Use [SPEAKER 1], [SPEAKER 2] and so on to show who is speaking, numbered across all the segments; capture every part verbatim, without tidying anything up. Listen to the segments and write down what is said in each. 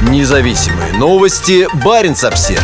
[SPEAKER 1] Независимые новости. Баренц-Обсервис.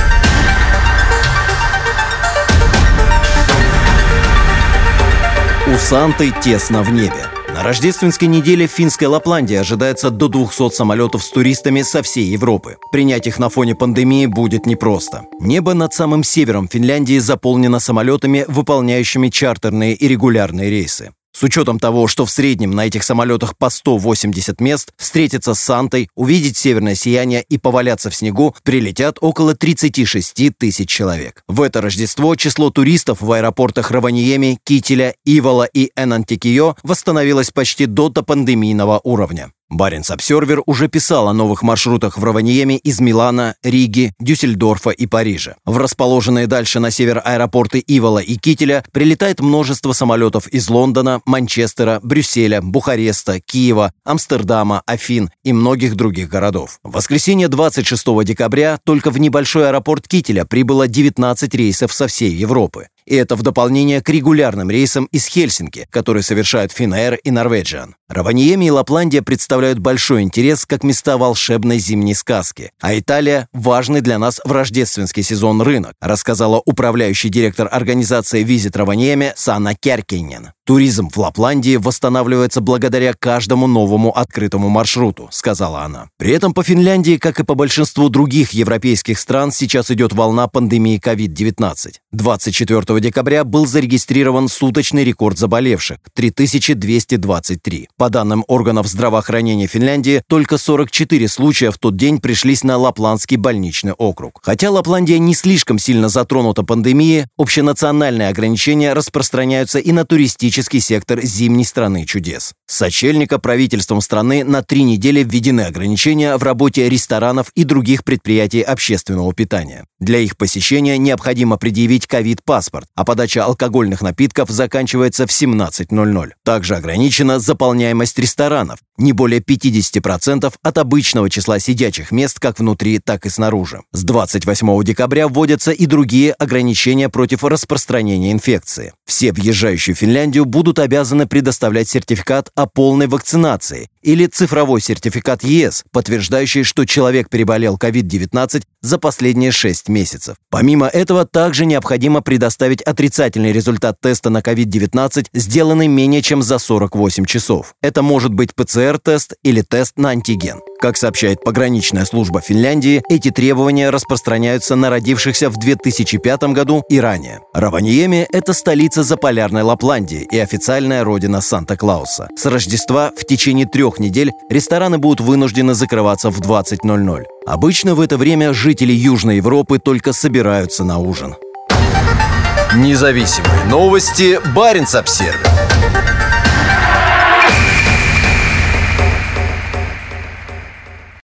[SPEAKER 2] У Санты тесно в небе. На рождественской неделе в финской Лапландии ожидается до двухсот самолетов с туристами со всей Европы. Принять их на фоне пандемии будет непросто. Небо над самым севером Финляндии заполнено самолетами, выполняющими чартерные и регулярные рейсы. С учетом того, что в среднем на этих самолетах по сто восемьдесят мест, встретиться с Сантой, увидеть северное сияние и поваляться в снегу прилетят около тридцати шести тысяч человек. В это Рождество число туристов в аэропортах Раваньеми, Кителя, Ивала и Энантикио восстановилось почти до допандемийного уровня. Баренц-Обсервер уже писал о новых маршрутах в Раваньеми из Милана, Риги, Дюссельдорфа и Парижа. В расположенные дальше на север аэропорты Ивала и Кителя прилетает множество самолетов из Лондона, Манчестера, Брюсселя, Бухареста, Киева, Амстердама, Афин и многих других городов. В воскресенье двадцать шестого декабря только в небольшой аэропорт Кителя прибыло девятнадцать рейсов со всей Европы. И это в дополнение к регулярным рейсам из Хельсинки, которые совершают Finnair и Norwegian. Раваньеми и Лапландия представляют большой интерес как места волшебной зимней сказки, а Италия – важный для нас в рождественский сезон рынок, рассказала управляющий директор организации Visit Раваньеми Санна Кяркинен. Туризм в Лапландии восстанавливается благодаря каждому новому открытому маршруту, сказала она. При этом по Финляндии, как и по большинству других европейских стран, сейчас идет волна пандемии ковид девятнадцать. двадцать четвёртого декабря был зарегистрирован суточный рекорд заболевших – три тысячи двести двадцать три. По данным органов здравоохранения Финляндии, только сорок четыре случая в тот день пришлись на Лапландский больничный округ. Хотя Лапландия не слишком сильно затронута пандемией, общенациональные ограничения распространяются и на туристические сектор зимней страны чудес. С сочельника правительством страны на три недели введены ограничения в работе ресторанов и других предприятий общественного питания. Для их посещения необходимо предъявить ковид-паспорт, а подача алкогольных напитков заканчивается в семнадцать ноль ноль. Также ограничена заполняемость ресторанов – не более пятидесяти процентов от обычного числа сидячих мест как внутри, так и снаружи. С двадцать восьмого декабря вводятся и другие ограничения против распространения инфекции. Все въезжающие в Финляндию будут обязаны предоставлять сертификат о полной вакцинации или цифровой сертификат ЕС, подтверждающий, что человек переболел ковид девятнадцать за последние шесть месяцев. Помимо этого, также необходимо предоставить отрицательный результат теста на ковид девятнадцать, сделанный менее чем за сорок восемь часов. Это может быть пэ цэ эр-тест или тест на антиген. Как сообщает пограничная служба Финляндии, эти требования распространяются на родившихся в две тысячи пятом году и ранее. Раваньеми – это столица заполярной Лапландии и официальная родина Санта-Клауса. С Рождества в течение трех недель рестораны будут вынуждены закрываться в двадцать ноль ноль. Обычно в это время жители Южной Европы только собираются на ужин.
[SPEAKER 1] Независимые новости. Баренц-Обсервис.